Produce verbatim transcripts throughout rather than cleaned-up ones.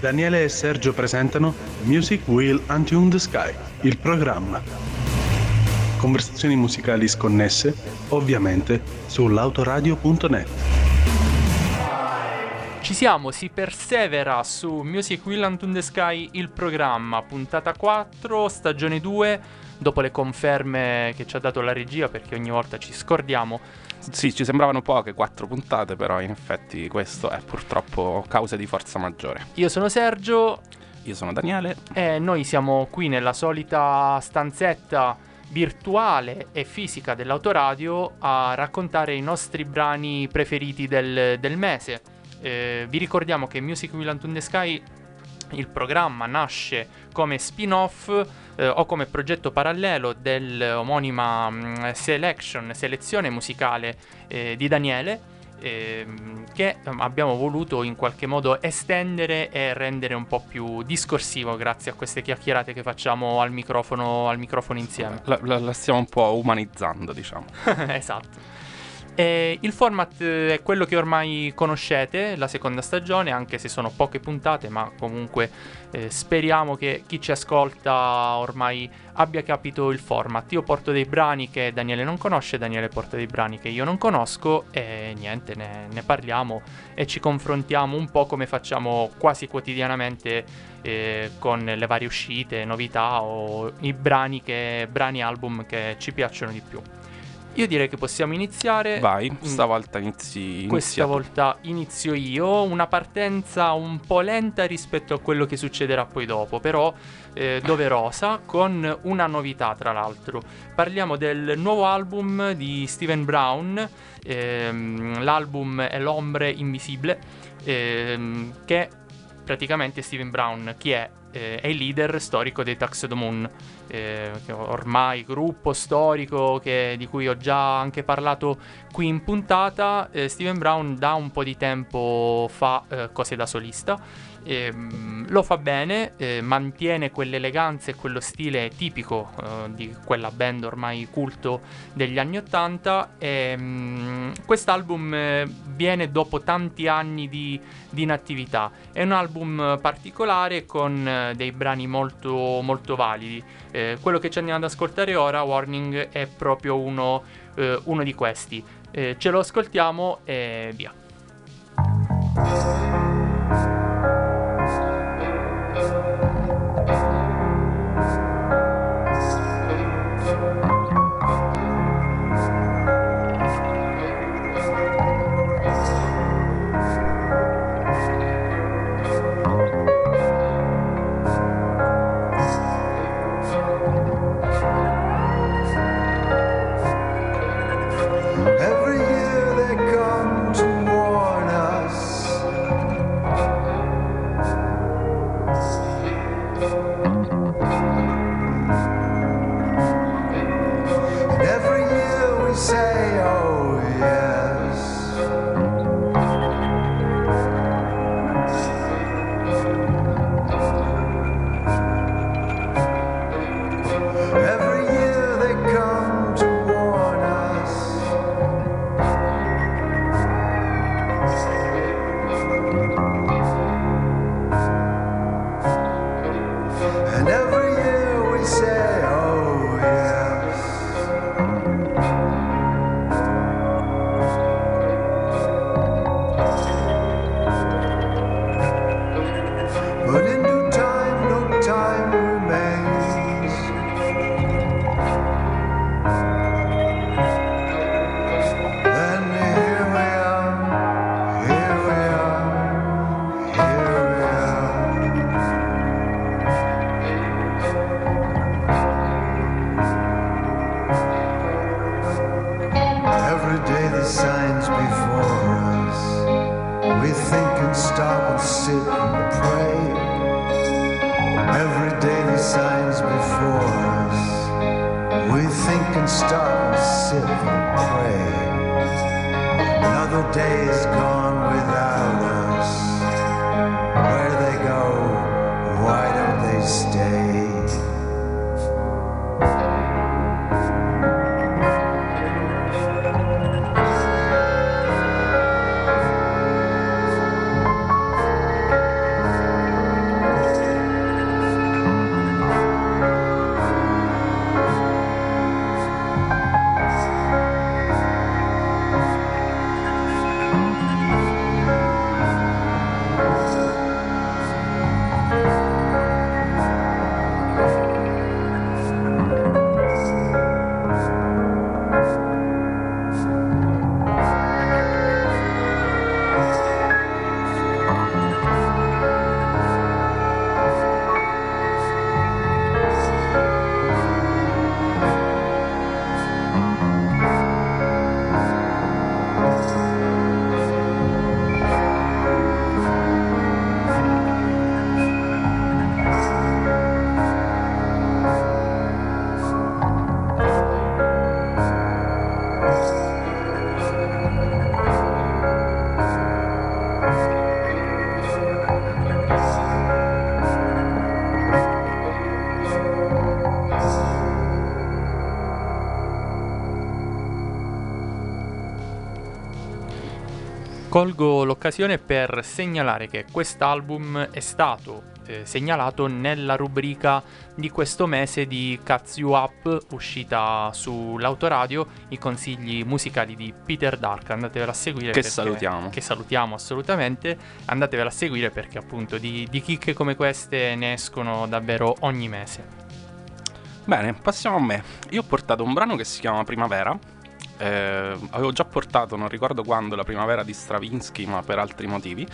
Daniele e Sergio presentano Music Will Untune the Sky, il programma. Conversazioni musicali sconnesse, ovviamente, sull'autoradio punto net. Ci siamo, si persevera su Music Will Untune the Sky, il programma, puntata quattro, stagione due, dopo le conferme che ci ha dato la regia, perché ogni volta ci scordiamo. Sì, ci sembravano poche, quattro puntate, però in effetti questo è purtroppo causa di forza maggiore. Io sono Sergio. Io sono Daniele. E noi siamo qui nella solita stanzetta virtuale e fisica dell'autoradio a raccontare i nostri brani preferiti del, del mese. Eh, vi ricordiamo che Music Will Untune the Sky, il programma, nasce come spin-off eh, o come progetto parallelo dell'omonima mh, selection, selezione musicale eh, di Daniele, eh, che abbiamo voluto in qualche modo estendere e rendere un po' più discorsivo grazie a queste chiacchierate che facciamo al microfono, al microfono insieme. La, la, la stiamo un po' umanizzando, diciamo. Esatto. E il format è quello che ormai conoscete, la seconda stagione, anche se sono poche puntate, ma comunque eh, speriamo che chi ci ascolta ormai abbia capito il format. Io porto dei brani che Daniele non conosce, Daniele porta dei brani che io non conosco e niente, ne, ne parliamo e ci confrontiamo un po' come facciamo quasi quotidianamente eh, con le varie uscite, novità o i brani, che, brani album che ci piacciono di più. Io direi che possiamo iniziare. Vai, stavolta inizi. Questa volta inizio io. Una partenza un po' lenta rispetto a quello che succederà poi dopo, però eh, doverosa, con una novità tra l'altro. Parliamo del nuovo album di Steven Brown. Ehm, l'album è L'Ombre Invisible, ehm, che praticamente Steven Brown, chi è? Eh, è il leader storico dei Tuxedo Moon, eh, che ormai gruppo storico che, di cui ho già anche parlato qui in puntata. eh, Steven Brown da un po' di tempo fa eh, cose da solista, e, mh, lo fa bene, eh, mantiene quell'eleganza e quello stile tipico eh, di quella band ormai culto degli anni ottanta, e mh, quest'album eh, viene dopo tanti anni di, di inattività. È un album particolare con eh, dei brani molto, molto validi. Eh, quello che ci andiamo ad ascoltare ora, Warning, è proprio uno, eh, uno di questi. Eh, ce lo ascoltiamo e via. Every year they come to warn us. And every year we say, oh yes. Every year they come to warn us. And every year we say, oh yes. But in due time, no time remains. Then here we are, here we are, here we are. Every day the signs before us. We think and stop and sit and pray. Every day the signs before us. We think and stop and sit and pray. Another day is gone without us. Where they go, why don't they stay? Colgo l'occasione per segnalare che quest'album è stato eh, segnalato nella rubrica di questo mese di Cuts You Up, uscita sull'autoradio, i consigli musicali di Peter Dark. Andatevela a seguire. Che perché, salutiamo. Che salutiamo assolutamente. Andatevela a seguire perché appunto di, di chicche come queste ne escono davvero ogni mese. Bene, passiamo a me. Io ho portato un brano che si chiama Primavera. Eh, avevo già portato, non ricordo quando, la Primavera di Stravinsky, ma per altri motivi.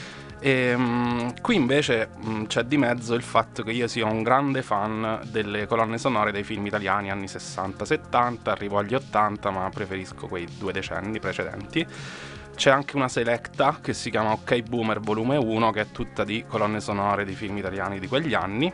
E, um, qui invece um, c'è di mezzo il fatto che io sia un grande fan delle colonne sonore dei film italiani anni sessanta settanta, arrivo agli ottanta, ma preferisco quei due decenni precedenti. C'è anche una selecta che si chiama Ok Boomer Volume uno, che è tutta di colonne sonore di film italiani di quegli anni.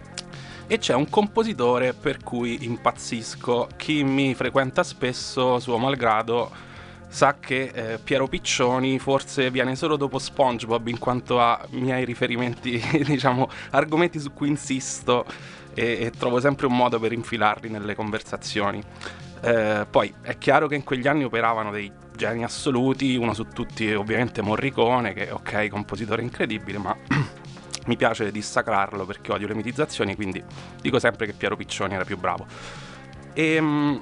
E c'è un compositore per cui impazzisco. Chi mi frequenta spesso, suo malgrado, sa che eh, Piero Piccioni forse viene solo dopo SpongeBob in quanto a miei riferimenti, diciamo, argomenti su cui insisto e, e trovo sempre un modo per infilarli nelle conversazioni. Eh, poi è chiaro che in quegli anni operavano dei geni assoluti, uno su tutti ovviamente Morricone, che ok, compositore incredibile, ma mi piace dissacrarlo perché odio le mitizzazioni, quindi dico sempre che Piero Piccioni era più bravo. E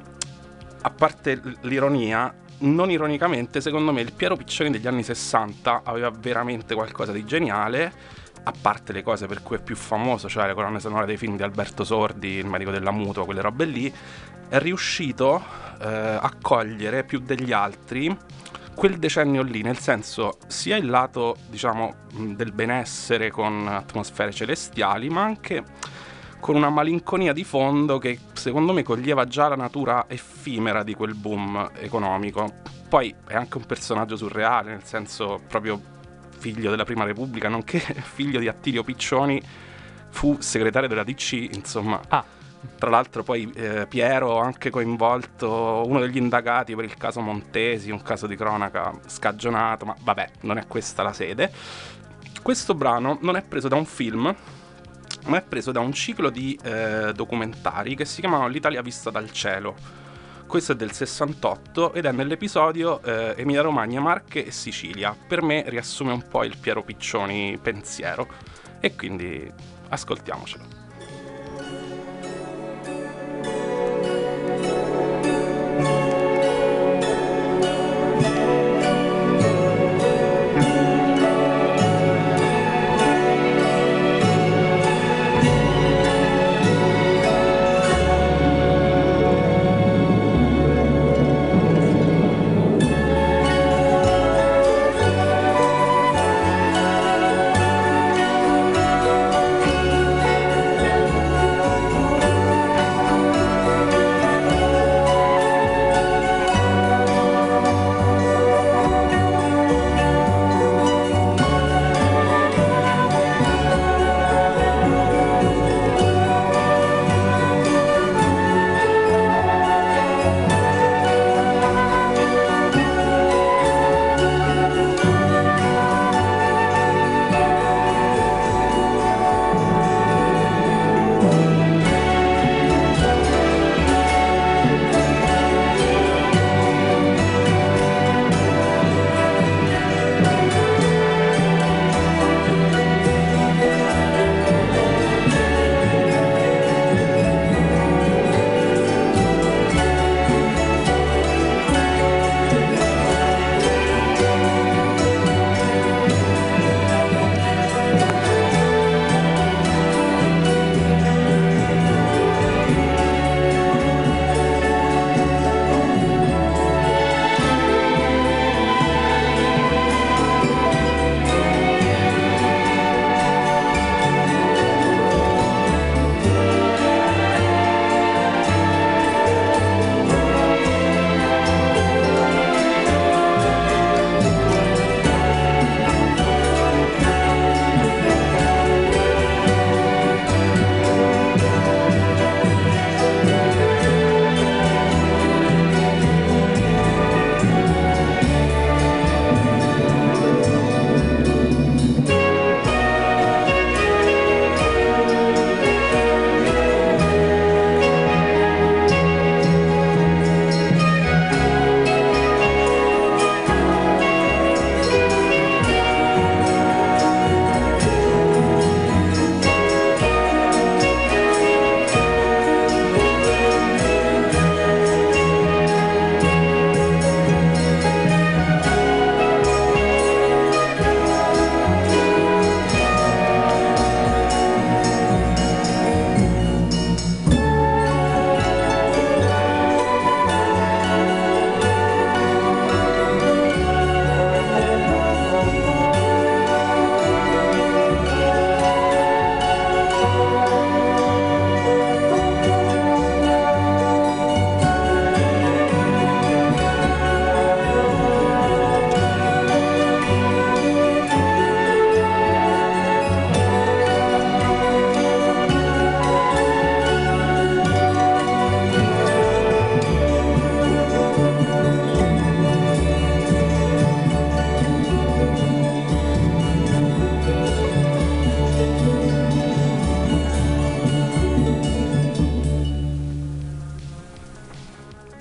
a parte l'ironia, non ironicamente, secondo me il Piero Piccioni degli anni sessanta aveva veramente qualcosa di geniale, a parte le cose per cui è più famoso, cioè le colonne sonore dei film di Alberto Sordi, Il medico della mutua, quelle robe lì. È riuscito eh, a cogliere più degli altri quel decennio lì, nel senso sia il lato, diciamo, del benessere con atmosfere celestiali, ma anche con una malinconia di fondo che secondo me coglieva già la natura effimera di quel boom economico. Poi è anche un personaggio surreale, nel senso proprio figlio della Prima Repubblica, nonché figlio di Attilio Piccioni, fu segretario della D C, insomma. Ah. Tra l'altro poi eh, Piero anche coinvolto, uno degli indagati per il caso Montesi, un caso di cronaca scagionato, ma vabbè, non è questa la sede. Questo brano non è preso da un film, ma è preso da un ciclo di eh, documentari che si chiamano L'Italia vista dal cielo. Questo è del sessantotto ed è nell'episodio eh, Emilia Romagna, Marche e Sicilia. Per me riassume un po' il Piero Piccioni pensiero e quindi ascoltiamocelo.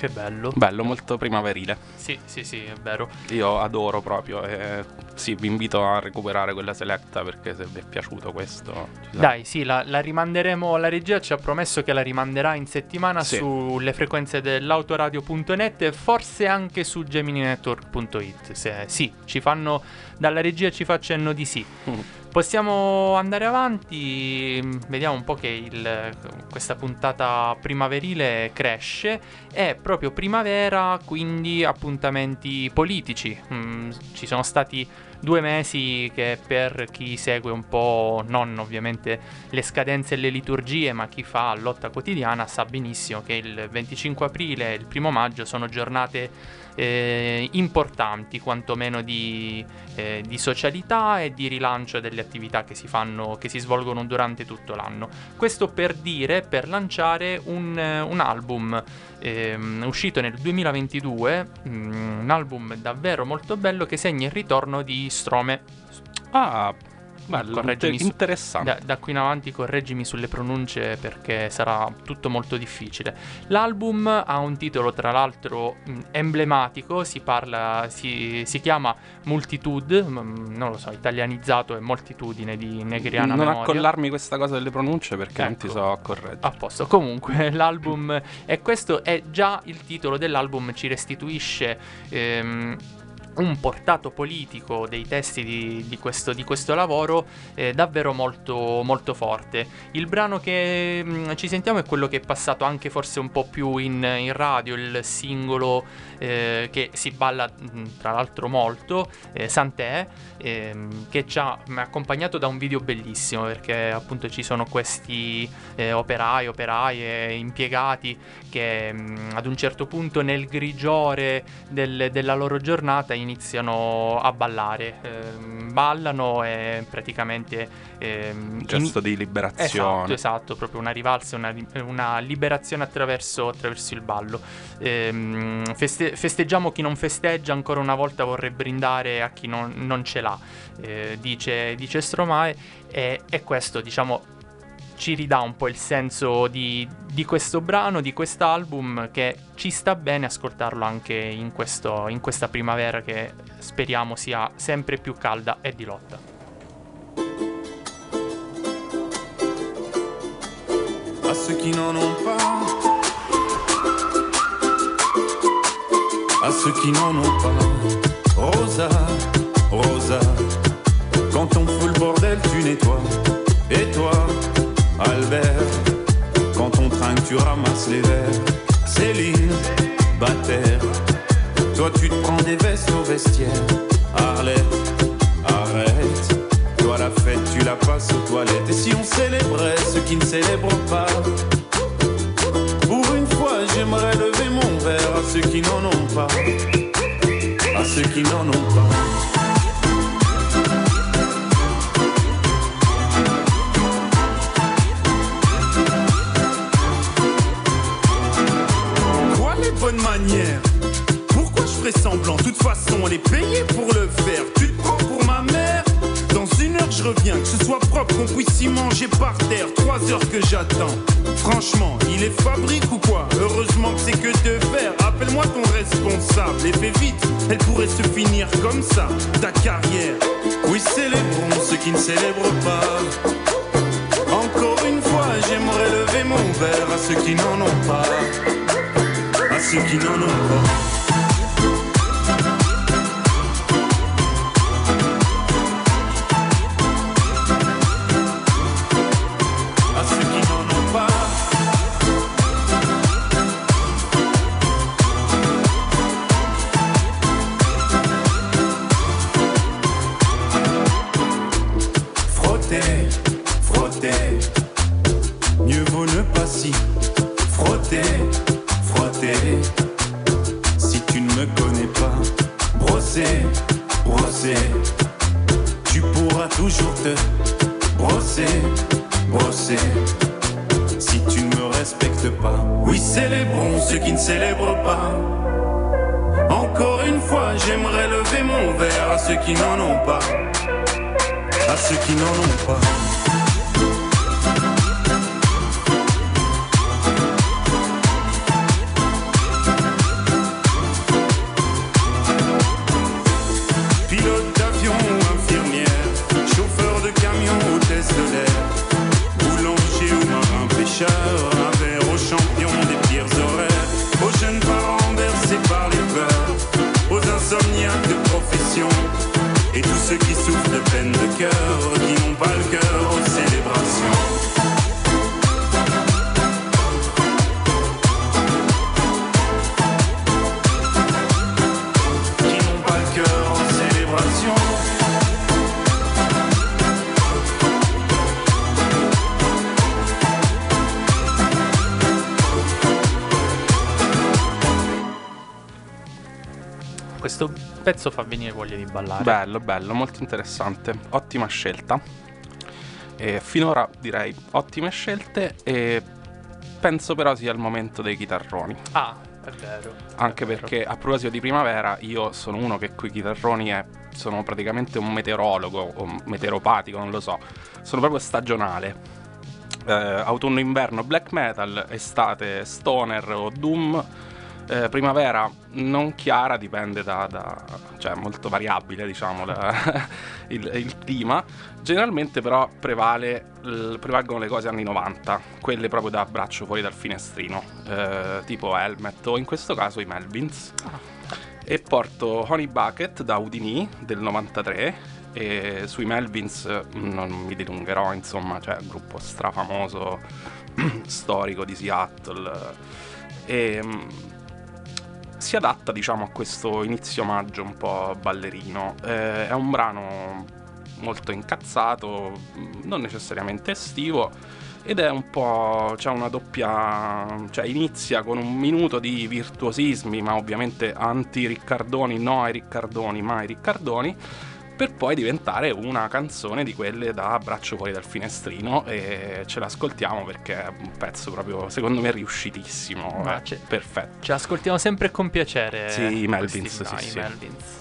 Che bello. Bello, molto primaverile. Sì, sì, sì, è vero. Io adoro proprio. E sì, vi invito a recuperare quella selecta, perché se vi è piaciuto questo... ci sarà. Dai, sì, la, la rimanderemo. La regia ci ha promesso che la rimanderà in settimana Sì. sulle frequenze dell'autoradio punto net e forse anche su gemini network punto it. Se, sì, ci fanno, dalla regia ci fa cenno di sì. Mm. Possiamo andare avanti, vediamo un po' che il, questa puntata primaverile cresce, è proprio primavera, quindi appuntamenti politici. Mm, ci sono stati due mesi che per chi segue un po', non ovviamente le scadenze e le liturgie, ma chi fa lotta quotidiana sa benissimo che il venticinque aprile e il primo maggio sono giornate Eh, importanti, quantomeno di, eh, di socialità e di rilancio delle attività che si fanno, che si svolgono durante tutto l'anno. Questo per dire, per lanciare un, un album ehm, uscito nel duemilaventidue, mm, un album davvero molto bello che segna il ritorno di Strome. Ah, bello, Correggimi su- interessante. Da, da qui in avanti correggimi sulle pronunce perché sarà tutto molto difficile. L'album ha un titolo tra l'altro mh, emblematico, si parla, si, si chiama Multitude, mh, non lo so, italianizzato è moltitudine di Negriana Non Memoria. accollarmi questa cosa delle pronunce, perché non ti Ecco. so correggere. A posto, comunque l'album, e questo è già il titolo dell'album, ci restituisce ehm, un portato politico dei testi di, di, questo, di questo lavoro eh, davvero molto, molto forte. Il brano che mh, ci sentiamo è quello che è passato anche forse un po' più in, in radio, il singolo eh, che si balla mh, tra l'altro molto, eh, Sant'è, ehm, che ci ha mh, accompagnato da un video bellissimo, perché appunto ci sono questi eh, operai, operaie, impiegati che mh, ad un certo punto nel grigiore del, della loro giornata iniziano a ballare, ehm, ballano e praticamente ehm, Un gesto ini- di liberazione. Esatto, esatto, proprio una rivalsa, una, una liberazione attraverso, attraverso il ballo. Ehm, feste- festeggiamo chi non festeggia, ancora una volta vorrei brindare a chi non, non ce l'ha, eh, dice, dice Stromae, e, e questo diciamo ci ridà un po' il senso di, di questo brano, di quest'album, che ci sta bene ascoltarlo anche in, questo, in questa primavera che speriamo sia sempre più calda e di lotta. À ceux qui n'en ont pas, à ceux qui n'en ont pas, Rosa, Rosa, quand on fout le bordel tu nettoies, et toi Albert, quand on trinque tu ramasses les verres. Céline, Bataire, toi tu te prends des vestes au vestiaire. Arlette, arrête, toi la fête tu la passes aux toilettes. Et si on célébrait ceux qui ne célèbrent pas, pour une fois j'aimerais lever mon verre à ceux qui n'en ont pas, à ceux qui n'en ont pas. Bonne manière. Pourquoi je ferais semblant? De toute façon, on est payé pour le faire. Tu te prends pour ma mère? Dans une heure, je reviens. Que ce soit propre, qu'on puisse y manger par terre. Trois heures que j'attends. Franchement, il est fabrique ou quoi? Heureusement que c'est que de faire. Appelle-moi ton responsable. Et fais vite, elle pourrait se finir comme ça. Ta carrière. Oui, célébrons ceux qui ne célèbrent pas. Encore une fois, j'aimerais lever mon verre à ceux qui n'en ont pas, à ceux qui n'en ont pas. À ceux qui n'en ont pas. Frotter, frotter, mieux vaut ne pas s'y frotter. Frotter, si tu ne me connais pas, brosser, brosser, tu pourras toujours te brosser, brosser, si tu ne me respectes pas. Oui, célébrons ceux qui ne célèbrent pas. Encore une fois, j'aimerais lever mon verre à ceux qui n'en ont pas, à ceux qui n'en ont pas. questo pezzo fa venire voglia di ballare. Bello, bello, molto interessante. Ottima scelta. E finora direi ottime scelte, e penso però sia il momento dei chitarroni. Ah, è vero. Anche è vero. perché a proposito di primavera, io sono uno che coi chitarroni è, sono praticamente un meteorologo o meteoropatico, non lo so. Sono proprio stagionale. Eh, autunno-inverno black metal, estate stoner o doom. Eh, primavera non chiara, dipende da, da cioè molto variabile, diciamo, la, il, il clima. Generalmente però prevale l, prevalgono le cose anni novanta, quelle proprio da braccio fuori dal finestrino, eh, tipo Helmet o in questo caso i Melvins. Ah. E porto Honey Bucket da Houdini del novantatré, e sui Melvins non mi dilungherò, insomma, cioè un gruppo strafamoso storico di Seattle, e si adatta, diciamo, a questo inizio maggio un po' ballerino. Eh, è un brano molto incazzato, non necessariamente estivo, ed è un po', c'è una doppia, cioè inizia con un minuto di virtuosismi, ma ovviamente anti-Riccardoni, no ai Riccardoni, ma ai Riccardoni, per poi diventare una canzone di quelle da braccio fuori dal finestrino, e ce l'ascoltiamo perché è un pezzo proprio, secondo me, riuscitissimo. Ma è c'è- perfetto. Ci ascoltiamo sempre con piacere. Sì, i Melvins, questi brani, sì, i sì. Melvins.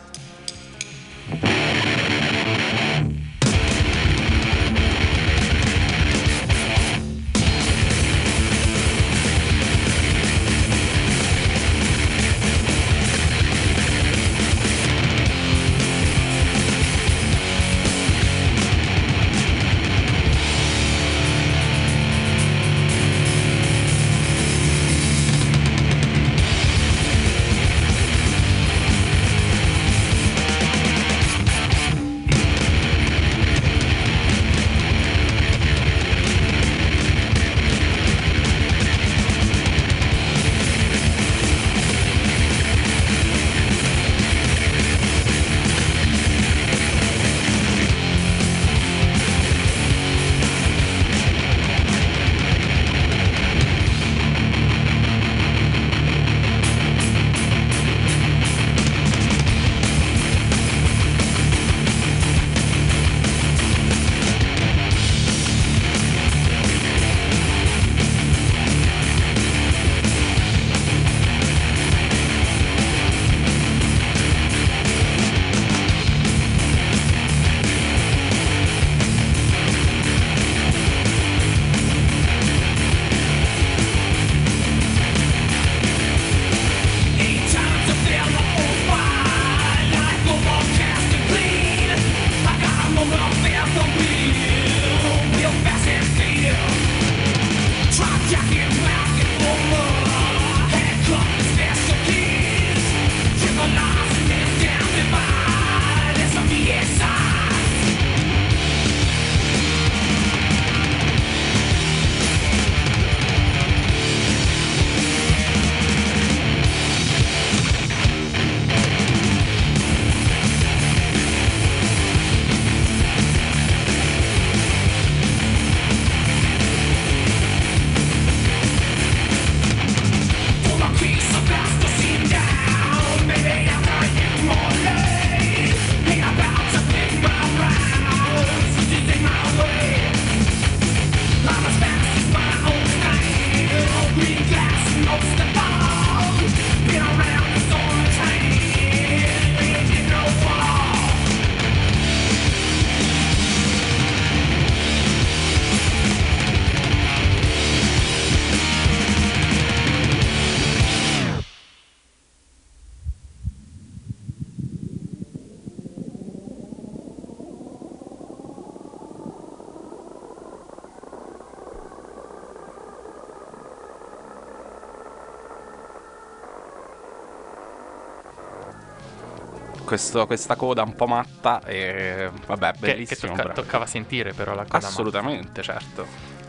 Questo, questa coda un po' matta, e vabbè, Che, che bellissimo. tocca- bravo. toccava sentire però la cosa. Assolutamente, certo.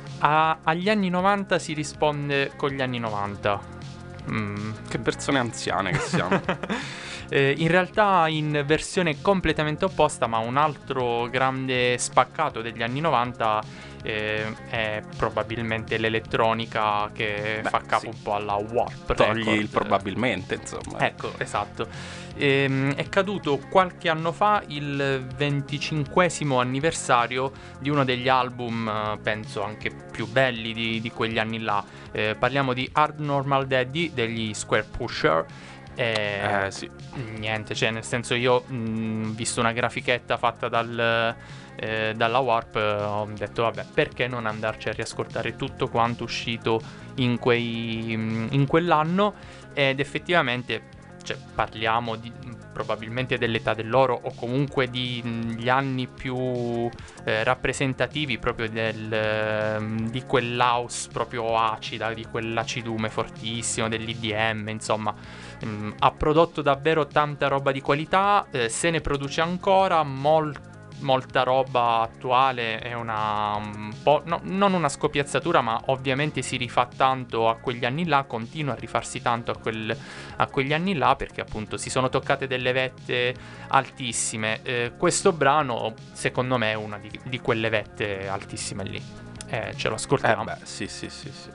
A- agli anni novanta si risponde con gli anni novanta. Mm. Che persone anziane che siamo. Eh, in realtà in versione completamente opposta, ma un altro grande spaccato degli anni novanta eh, è probabilmente l'elettronica che Beh, fa capo sì. un po' alla Warp Togli Record. il probabilmente, insomma. Ecco, esatto. Ehm, è caduto qualche anno fa il venticinquesimo anniversario di uno degli album, eh, penso anche più belli di, di quegli anni là. Eh, parliamo di Hard Normal Daddy degli Square Pusher. E Eh, sì. niente, cioè nel senso io mh, visto una grafichetta fatta dal, eh, dalla Warp, eh, ho detto vabbè, perché non andarci a riascoltare tutto quanto uscito in, quei, in quell'anno. Ed effettivamente, cioè, parliamo di, probabilmente dell'età dell'oro o comunque di mh, gli anni più eh, rappresentativi proprio del, ehm, di quell'house proprio acida, di quell'acidume fortissimo, dell'I D M, insomma. Mh, ha prodotto davvero tanta roba di qualità, eh, se ne produce ancora molto. Molta roba attuale, è una un po', no, non una scopiazzatura, ma ovviamente si rifà tanto a quegli anni là, continua a rifarsi tanto a, quel, a quegli anni là, perché appunto si sono toccate delle vette altissime. Eh, questo brano secondo me è una di, di quelle vette altissime lì, eh, ce lo Eh ascoltiamo. beh, sì, sì, sì, sì.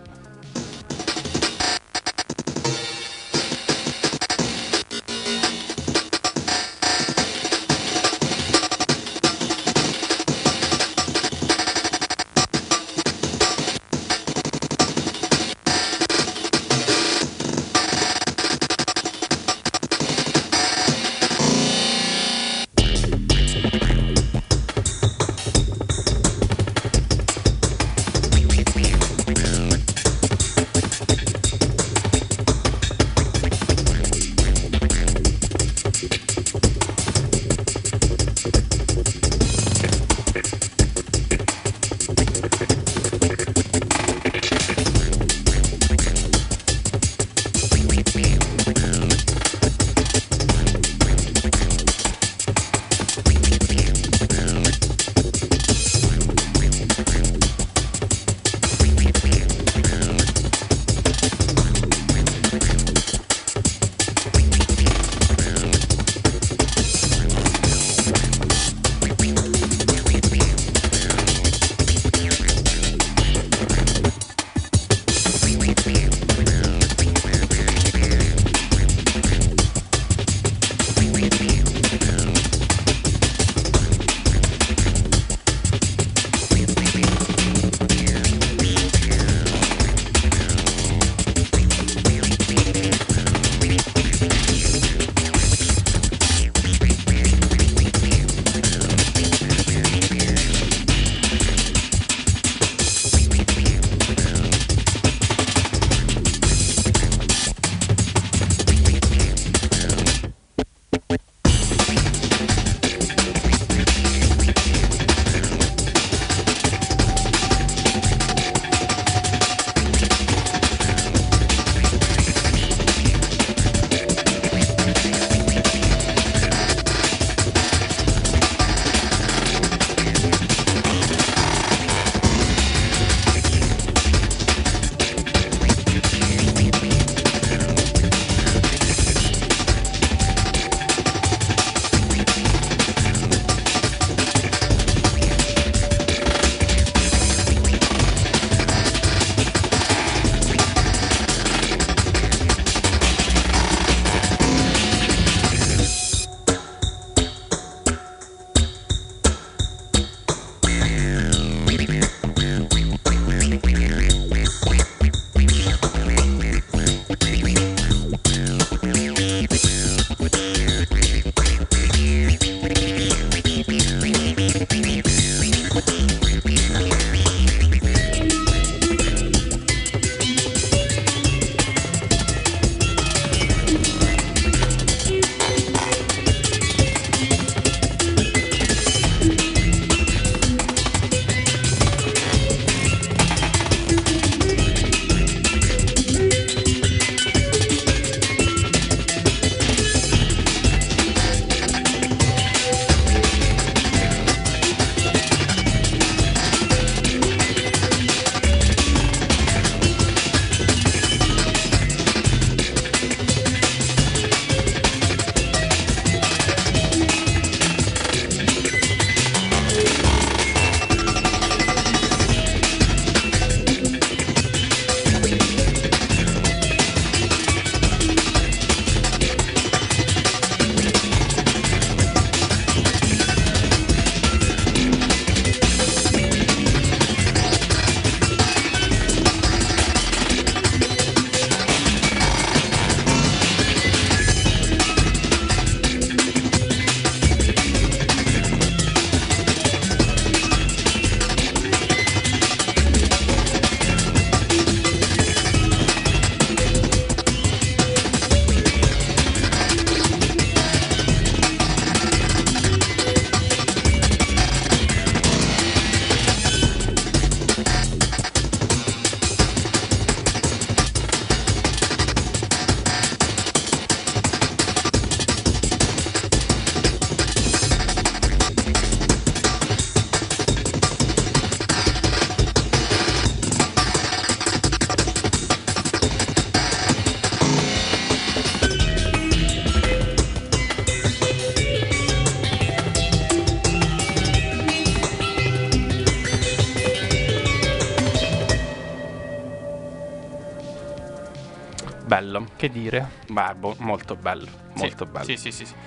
Bello. Che dire? Beh, bo- molto bello, molto sì, bello. Sì, sì, sì, sì.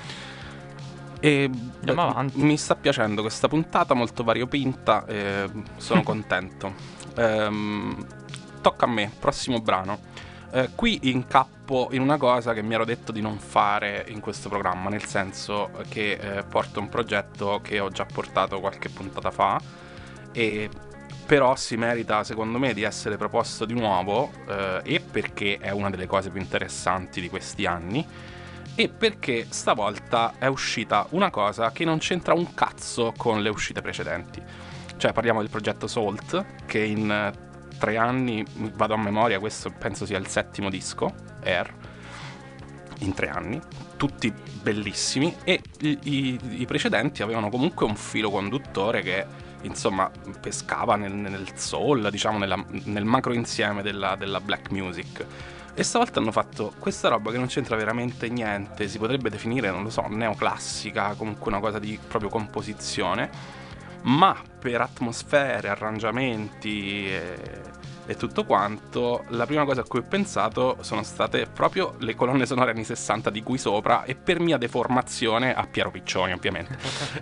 E Andiamo beh, avanti. mi sta piacendo questa puntata, molto variopinta, e sono contento. Ehm, tocca a me, prossimo brano. Eh, qui incappo in una cosa che mi ero detto di non fare in questo programma, nel senso che eh, porto un progetto che ho già portato qualche puntata fa, e però si merita secondo me di essere proposto di nuovo, eh, e perché è una delle cose più interessanti di questi anni, e perché stavolta è uscita una cosa che non c'entra un cazzo con le uscite precedenti. Cioè parliamo del progetto Salt, che in eh, tre anni, vado a memoria, questo penso sia il settimo disco, Air, in tre anni, tutti bellissimi, e i, i, i precedenti avevano comunque un filo conduttore che insomma pescava nel, nel soul, diciamo nella, nel macro insieme della, della black music. E stavolta hanno fatto questa roba che non c'entra veramente niente, si potrebbe definire, non lo so, neoclassica, comunque una cosa di proprio composizione, ma per atmosfere, arrangiamenti e, e tutto quanto, la prima cosa a cui ho pensato sono state proprio le colonne sonore anni sessanta di Qui Sopra, e per mia deformazione a Piero Piccioni ovviamente.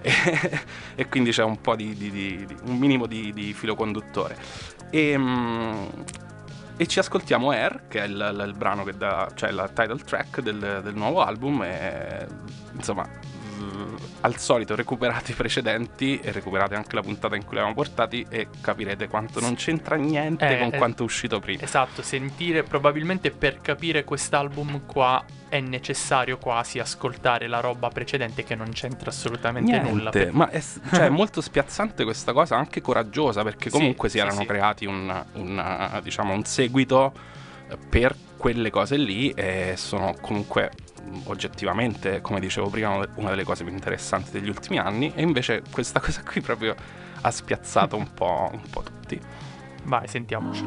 e, e quindi c'è un po' di, di, di, di un minimo di, di filo conduttore. E... Mm, E ci ascoltiamo Air, che è il, il, il brano che dà, cioè la title track del, del nuovo album. E insomma, v- al solito recuperate i precedenti e recuperate anche la puntata in cui li avevamo portati e capirete quanto non c'entra niente Eh, con eh, quanto è uscito prima. Esatto, sentire probabilmente per capire quest'album qua è necessario quasi ascoltare la roba precedente che non c'entra assolutamente Niente, nulla. per- ma è, cioè, è molto spiazzante questa cosa, anche coraggiosa, perché Sì, comunque si sì, erano sì. creati un, un, diciamo, un seguito per quelle cose lì, e sono comunque oggettivamente, come dicevo prima, una delle cose più interessanti degli ultimi anni, e invece questa cosa qui proprio ha spiazzato un po', un po' tutti. Vai, sentiamoci.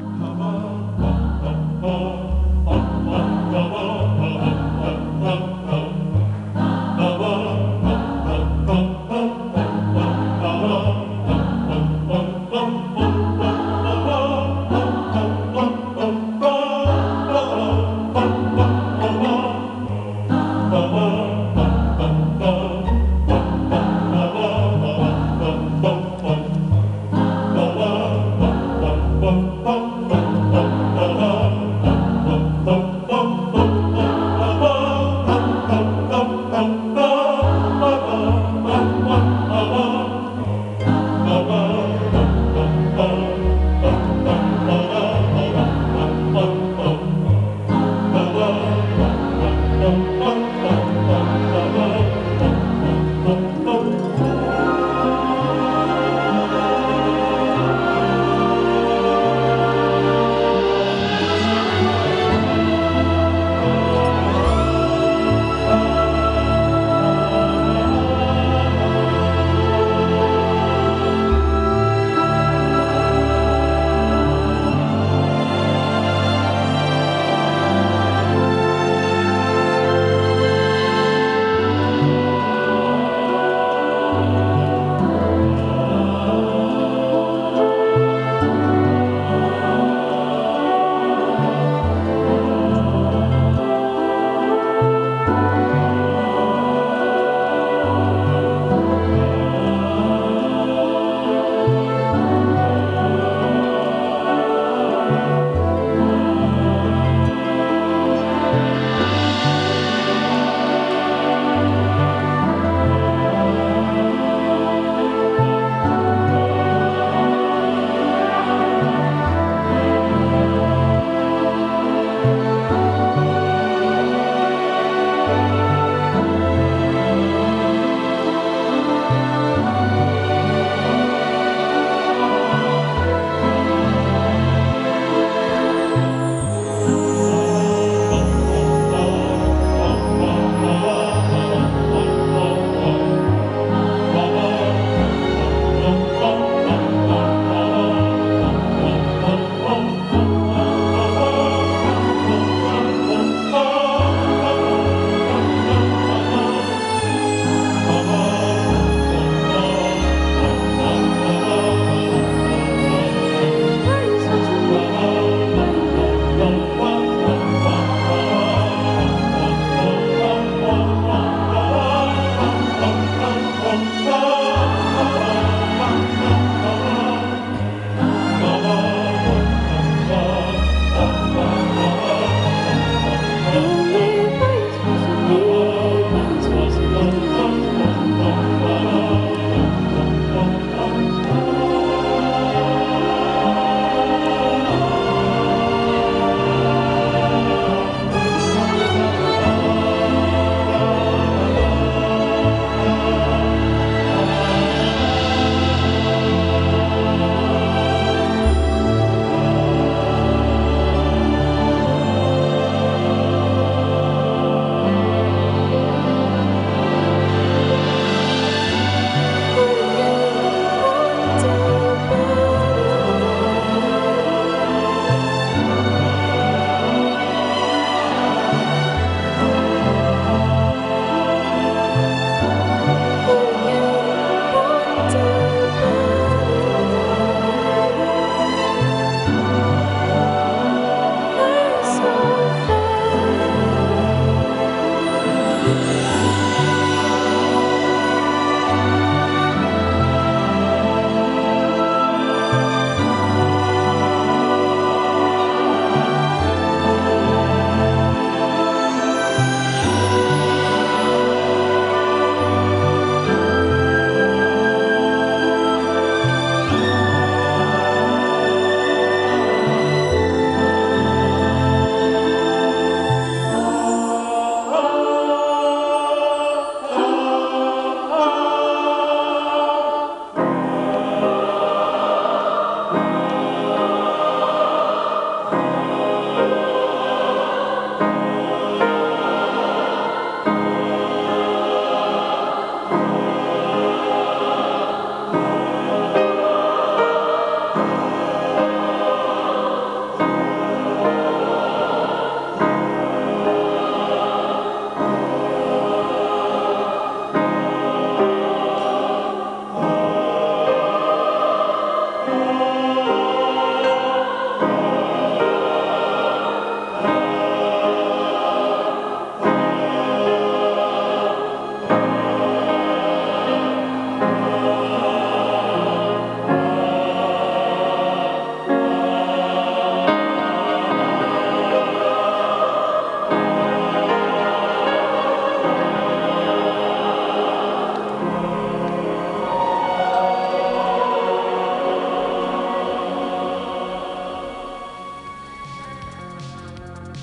Oh,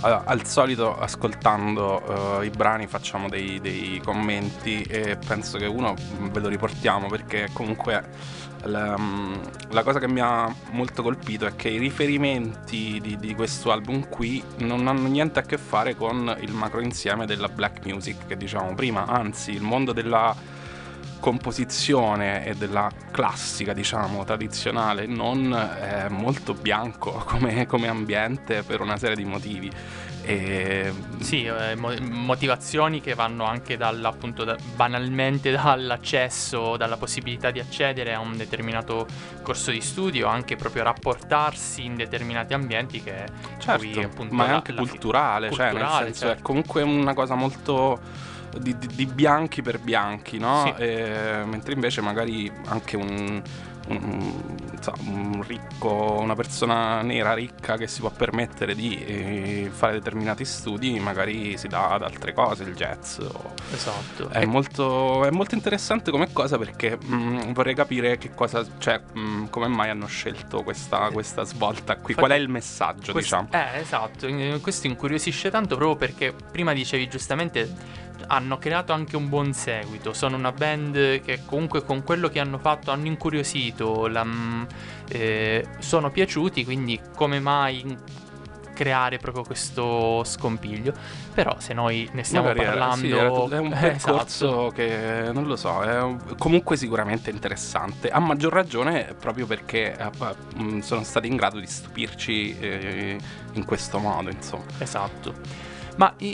Allora, al solito ascoltando uh, i brani facciamo dei, dei commenti e penso che uno ve lo riportiamo perché comunque la, la cosa che mi ha molto colpito è che i riferimenti di, di questo album qui non hanno niente a che fare con il macro insieme della black music che dicevamo prima, anzi il mondo della composizione e della classica, diciamo, tradizionale non è molto bianco come, come ambiente per una serie di motivi. E... Sì, eh, mo- motivazioni che vanno anche dal, appunto, da, banalmente dall'accesso, dalla possibilità di accedere a un determinato corso di studio, anche proprio rapportarsi in determinati ambienti che certo, poi, appunto, ma è la, anche la culturale, fi- cioè culturale, nel senso certo. è comunque una cosa molto di, di, di bianchi per bianchi, no? Sì. E, mentre invece magari anche un, un, so, un ricco, una persona nera ricca che si può permettere di eh, fare determinati studi, magari si dà ad altre cose, il jazz. O... Esatto. È, E- molto, è molto interessante come cosa perché mh, vorrei capire che cosa, cioè mh, come mai hanno scelto questa, questa svolta qui, qual è il messaggio, Questo- diciamo. Eh, esatto, eh, questo incuriosisce tanto proprio perché prima dicevi giustamente hanno creato anche un buon seguito, sono una band che comunque con quello che hanno fatto hanno incuriosito, la, mm, eh, sono piaciuti, quindi come mai creare proprio questo scompiglio? Però se noi ne stiamo Magari era- parlando sì, era- è un eh, percorso esatto. che non lo so, è un- comunque sicuramente interessante. A maggior ragione proprio perché eh, pa- mh, sono stati in grado di stupirci eh, in questo modo, insomma. Esatto. Ma i-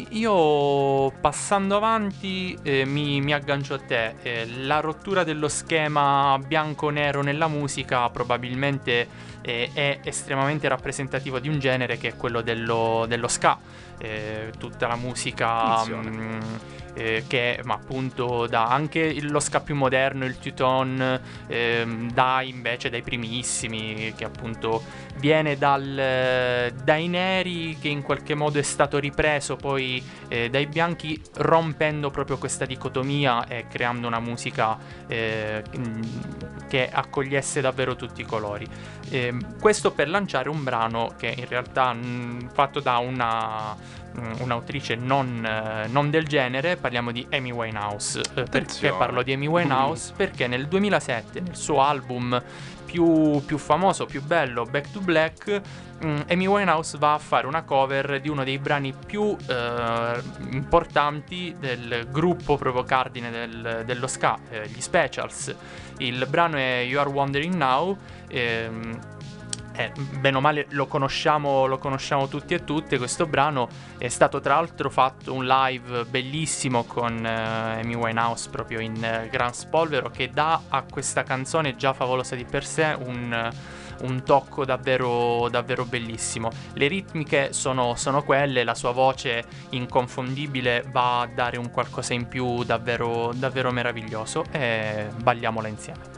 io passando avanti eh, mi, mi aggancio a te. Eh, la rottura dello schema bianco-nero nella musica probabilmente eh, è estremamente rappresentativo di un genere che è quello dello, dello ska. Eh, tutta la musica Attenzione. mh, eh, che ma appunto da anche il- lo ska più moderno, il two-tone, ehm, da invece dai primissimi, che appunto viene dal, dai neri, che in qualche modo è stato ripreso poi eh, dai bianchi, rompendo proprio questa dicotomia e creando una musica eh, mh, che accogliesse davvero tutti i colori. Ehm, questo per lanciare un brano che in realtà mh, fatto da una mh, un'autrice non, eh, non del genere, parliamo di Amy Winehouse. Eh, perché Attenzione. parlo di Amy Winehouse? Perché nel duemilasette, nel suo album più, più famoso, più bello, Back to Black, mh, Amy Winehouse va a fare una cover di uno dei brani più eh, importanti del gruppo proprio cardine del- dello ska, eh, gli Specials. Il brano è You Are Wondering Now. ehm, eh, bene o male lo conosciamo, lo conosciamo tutti e tutte. Questo brano è stato tra l'altro fatto un live bellissimo con eh, Amy Winehouse proprio in eh, gran spolvero, che dà a questa canzone già favolosa di per sé un, un tocco davvero, davvero bellissimo. Le ritmiche sono, sono quelle, la sua voce inconfondibile va a dare un qualcosa in più davvero, davvero meraviglioso, e balliamola insieme.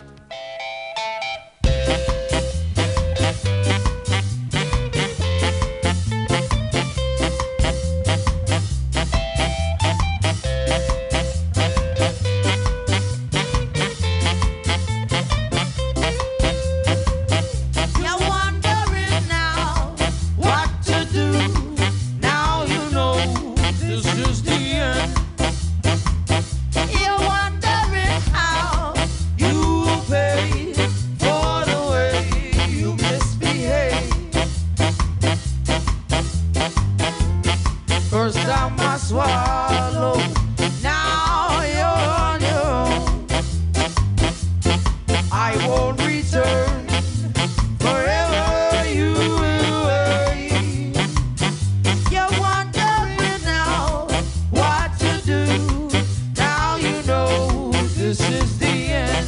You're wondering now what to do. Now you know this is the end. You're wondering how you pay for the way you misbehave. First time I swallow, now you're on your own. I won't return. Forever you will wait. You're wondering now what to do. Now you know this is the end.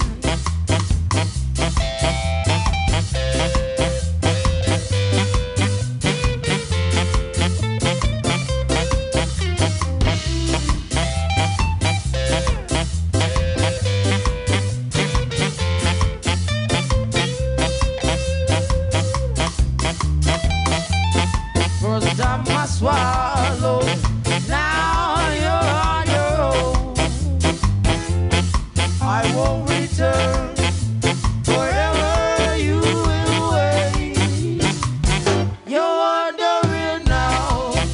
First time I swallow, now you're on your own. I won't return. Forever you will wait. You're wondering now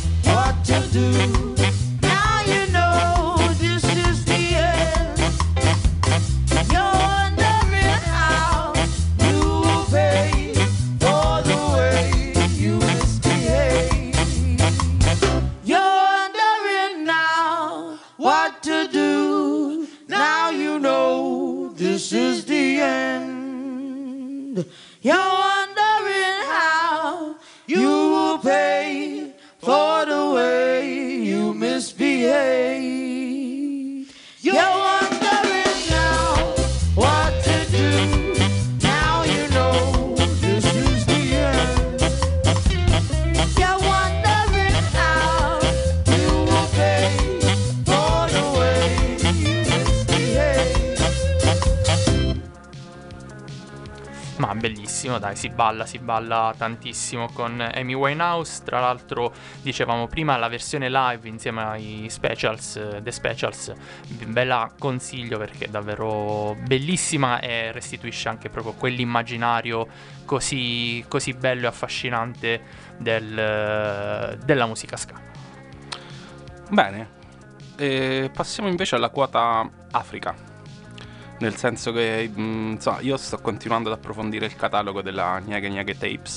benissimo, dai, si balla, si balla tantissimo con Amy Winehouse. Tra l'altro, dicevamo prima, la versione live insieme ai specials, The Specials, ve la consiglio perché è davvero bellissima e restituisce anche proprio quell'immaginario così, così bello e affascinante del, della musica ska. Bene, e passiamo invece alla quota Africa. Nel senso che mh, insomma, io sto continuando ad approfondire il catalogo della Nyege Nyege Tapes,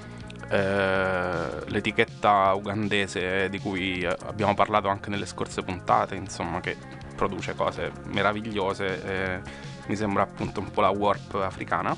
eh, l'etichetta ugandese di cui abbiamo parlato anche nelle scorse puntate, insomma, che produce cose meravigliose, eh, mi sembra appunto un po' la Warp africana.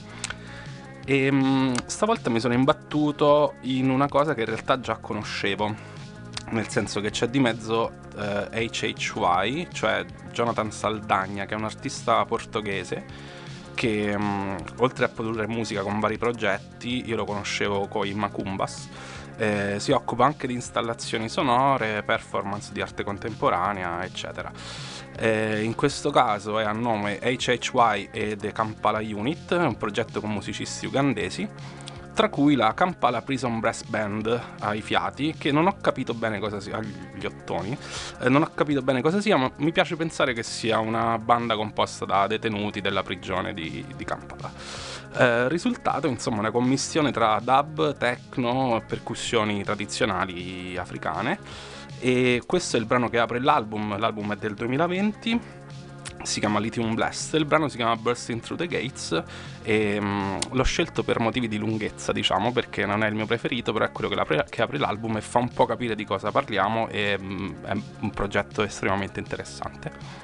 E mh, stavolta mi sono imbattuto in una cosa che in realtà già conoscevo, nel senso che c'è di mezzo eh, H H Y, cioè Jonathan Saldagna, che è un artista portoghese che mh, oltre a produrre musica con vari progetti, io lo conoscevo con i Macumbas, eh, si occupa anche di installazioni sonore, performance di arte contemporanea, eccetera. Eh, in questo caso è a nome H H Y e The Kampala Unit, un progetto con musicisti ugandesi, tra cui la Kampala Prison Brass Band ai fiati, che non ho capito bene cosa sia, agli ottoni, eh, non ho capito bene cosa sia, ma mi piace pensare che sia una banda composta da detenuti della prigione di, di Kampala. Eh, risultato, insomma, una commistione tra dub, techno e percussioni tradizionali africane, e questo è il brano che apre l'album. L'album è del duemilaventi, si chiama Lithium Blast, il brano si chiama Bursting Through the Gates e mh, l'ho scelto per motivi di lunghezza, diciamo, perché non è il mio preferito, però è quello che, l'apre, che apre l'album e fa un po' capire di cosa parliamo, e mh, è un progetto estremamente interessante.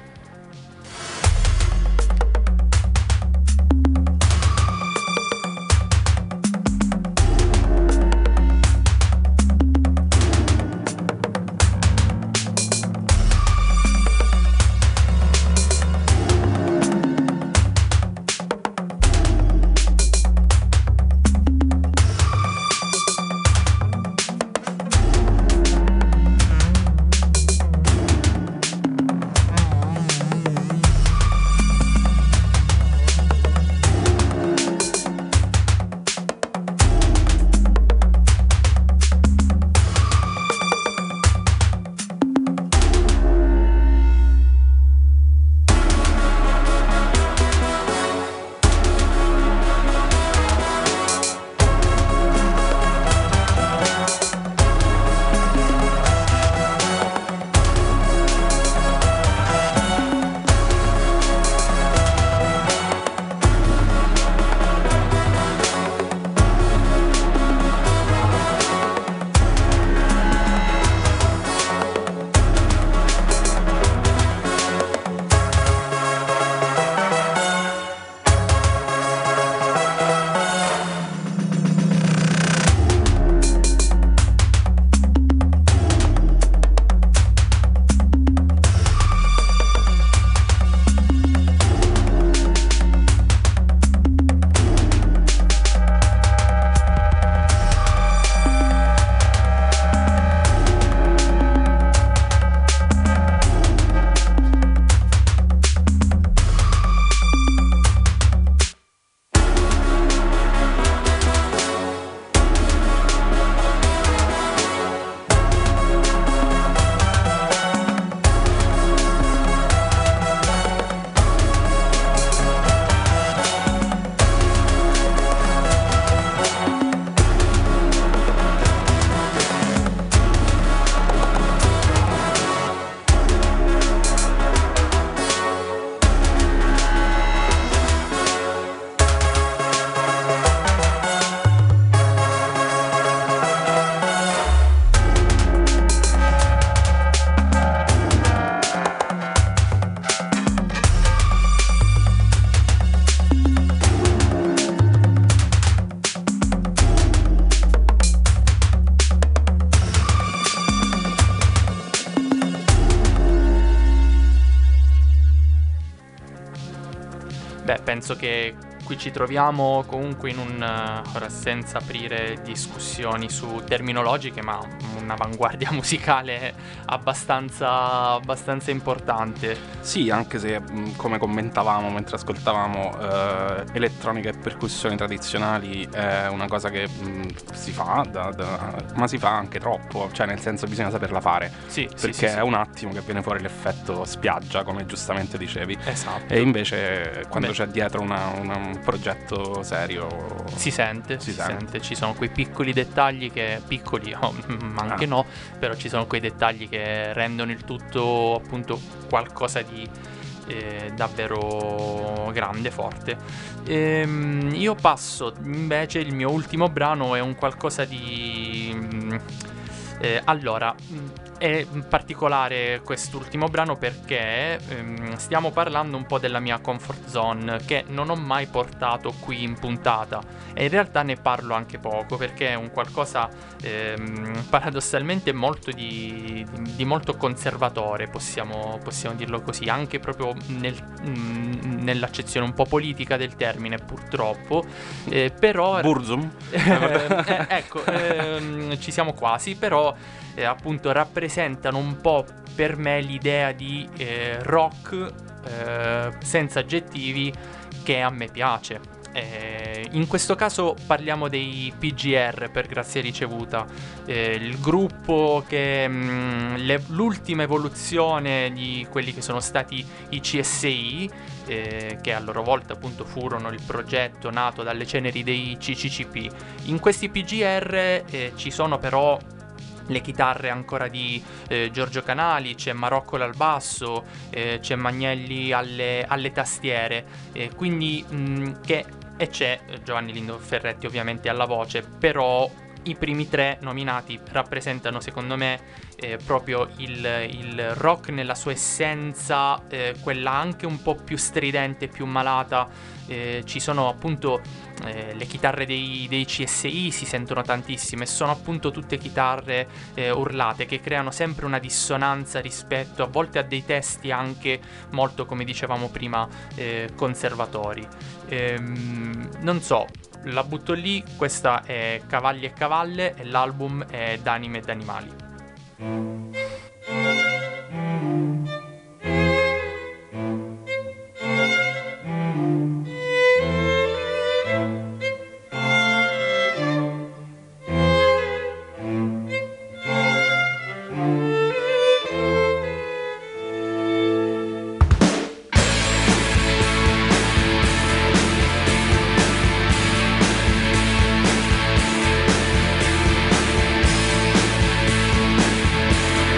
Beh, penso che qui ci troviamo comunque in un, uh, ora senza aprire discussioni su terminologiche, ma un'avanguardia musicale abbastanza, abbastanza importante. Sì, anche se mh, come commentavamo mentre ascoltavamo, eh, elettronica e percussioni tradizionali è una cosa che mh, si fa, da, da, ma si fa anche troppo, cioè nel senso bisogna saperla fare, sì, perché sì, sì, è sì. un attimo che viene fuori l'effetto spiaggia, come giustamente dicevi. Esatto. E invece quando Beh. c'è dietro una, una, un progetto serio Si sente, si si, sente. sente, ci sono quei piccoli dettagli che, piccoli, oh, ma anche Ah. no, però ci sono quei dettagli che rendono il tutto appunto qualcosa di eh, davvero grande, forte. Ehm, io passo invece, il mio ultimo brano è un qualcosa di... mm, eh, allora, mm, è particolare quest'ultimo brano perché ehm, stiamo parlando un po' della mia comfort zone che non ho mai portato qui in puntata, e in realtà ne parlo anche poco perché è un qualcosa ehm, paradossalmente molto di, di molto conservatore, possiamo, possiamo dirlo così, anche proprio nel, mm, nell'accezione un po' politica del termine, purtroppo, eh, però Burzum? eh, ecco, ehm, ci siamo quasi, però eh, appunto rappresentano un po' per me l'idea di eh, rock eh, senza aggettivi che a me piace. Eh, in questo caso parliamo dei P G R, per grazia ricevuta, eh, il gruppo che mh, le- l'ultima evoluzione di quelli che sono stati i C S I, eh, che a loro volta appunto furono il progetto nato dalle ceneri dei C C C P. In questi P G R eh, ci sono però le chitarre ancora di eh, Giorgio Canali, c'è Maroccola al basso, eh, c'è Magnelli alle, alle tastiere, eh, quindi mh, che, e c'è Giovanni Lindo Ferretti ovviamente alla voce, però i primi tre nominati rappresentano secondo me eh, proprio il, il rock nella sua essenza, eh, quella anche un po' più stridente, più malata. Eh, ci sono appunto eh, le chitarre dei, dei C S I, si sentono tantissime, sono appunto tutte chitarre eh, urlate che creano sempre una dissonanza rispetto a volte a dei testi anche molto, come dicevamo prima, eh, conservatori. Ehm, non so, la butto lì, questa è Cavalli e Cavalle e l'album è D'anime e d'animali. Thank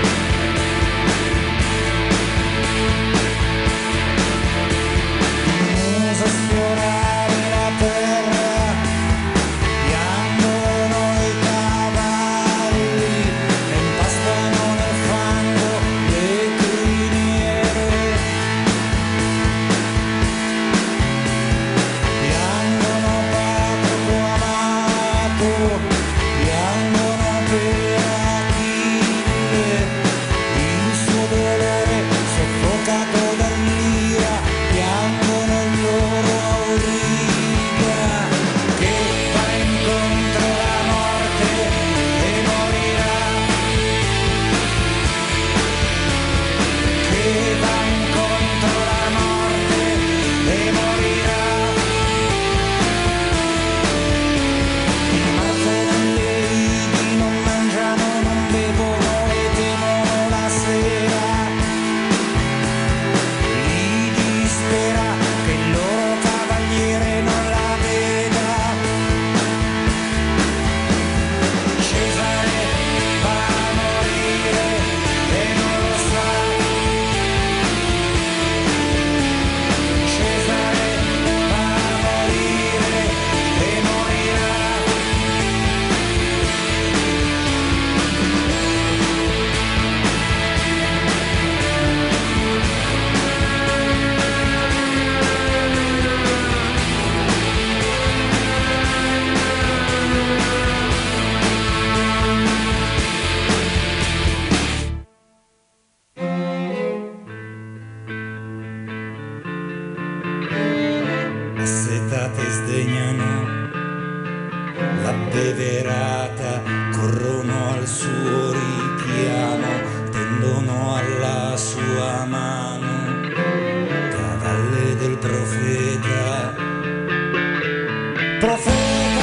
abbeverata, corrono al suo ripiano, tendono alla sua mano, cavalle del profeta, profeta.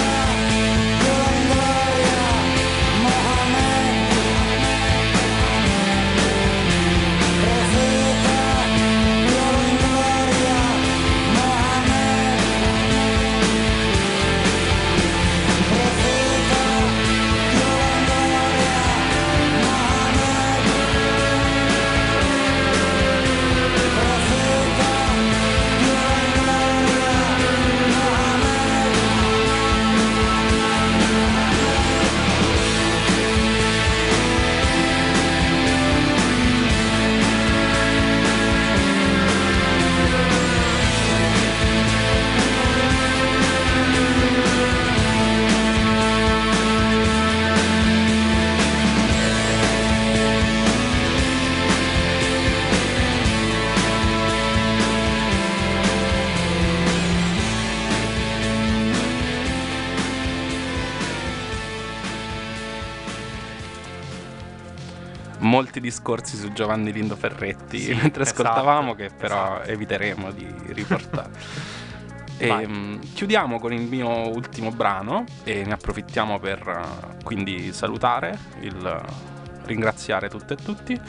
Molti discorsi su Giovanni Lindo Ferretti Sì, mentre esatto, ascoltavamo, che però esatto. eviteremo di riportare. Vai. E, mh, chiudiamo con il mio ultimo brano e ne approfittiamo per uh, quindi salutare, il, ringraziare tutte e tutti,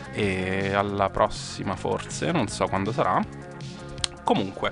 e alla prossima forse, non so quando sarà. Comunque,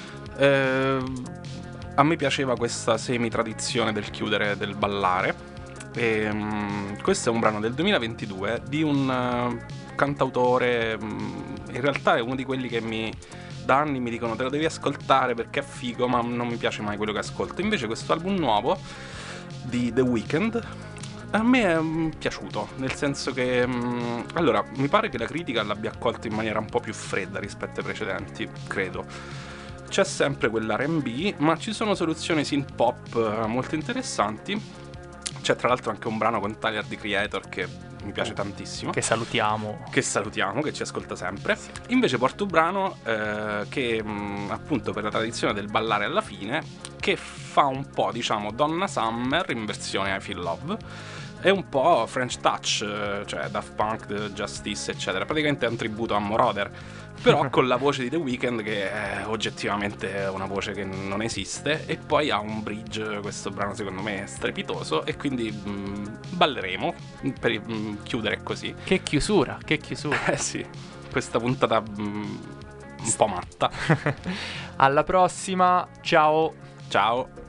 eh, a me piaceva questa semi-tradizione del chiudere, del ballare. E, um, questo è un brano del duemilaventidue di un uh, cantautore, um, in realtà è uno di quelli che mi da anni mi dicono te lo devi ascoltare perché è figo, ma non mi piace mai quello che ascolto. Invece questo album nuovo di The Weeknd a me è um, piaciuto, nel senso che um, allora mi pare che la critica l'abbia accolto in maniera un po' più fredda rispetto ai precedenti, credo. C'è sempre quell'R and B, ma ci sono soluzioni synth pop uh, molto interessanti. C'è tra l'altro anche un brano con Tyler, The Creator, che mi piace tantissimo, Che salutiamo. che salutiamo, che ci ascolta sempre. Invece porto un brano eh, che mh, appunto per la tradizione del ballare alla fine, che fa un po', diciamo, Donna Summer in versione I Feel Love, è un po' French Touch, eh, cioè Daft Punk, The Justice, eccetera. Praticamente è un tributo a Moroder, però con la voce di The Weeknd, che è oggettivamente una voce che non esiste, e poi ha un bridge, questo brano secondo me è strepitoso, e quindi mh, balleremo per mh, chiudere così. Che chiusura, che chiusura. Eh sì, questa puntata mh, un po' matta. Alla prossima, ciao. Ciao.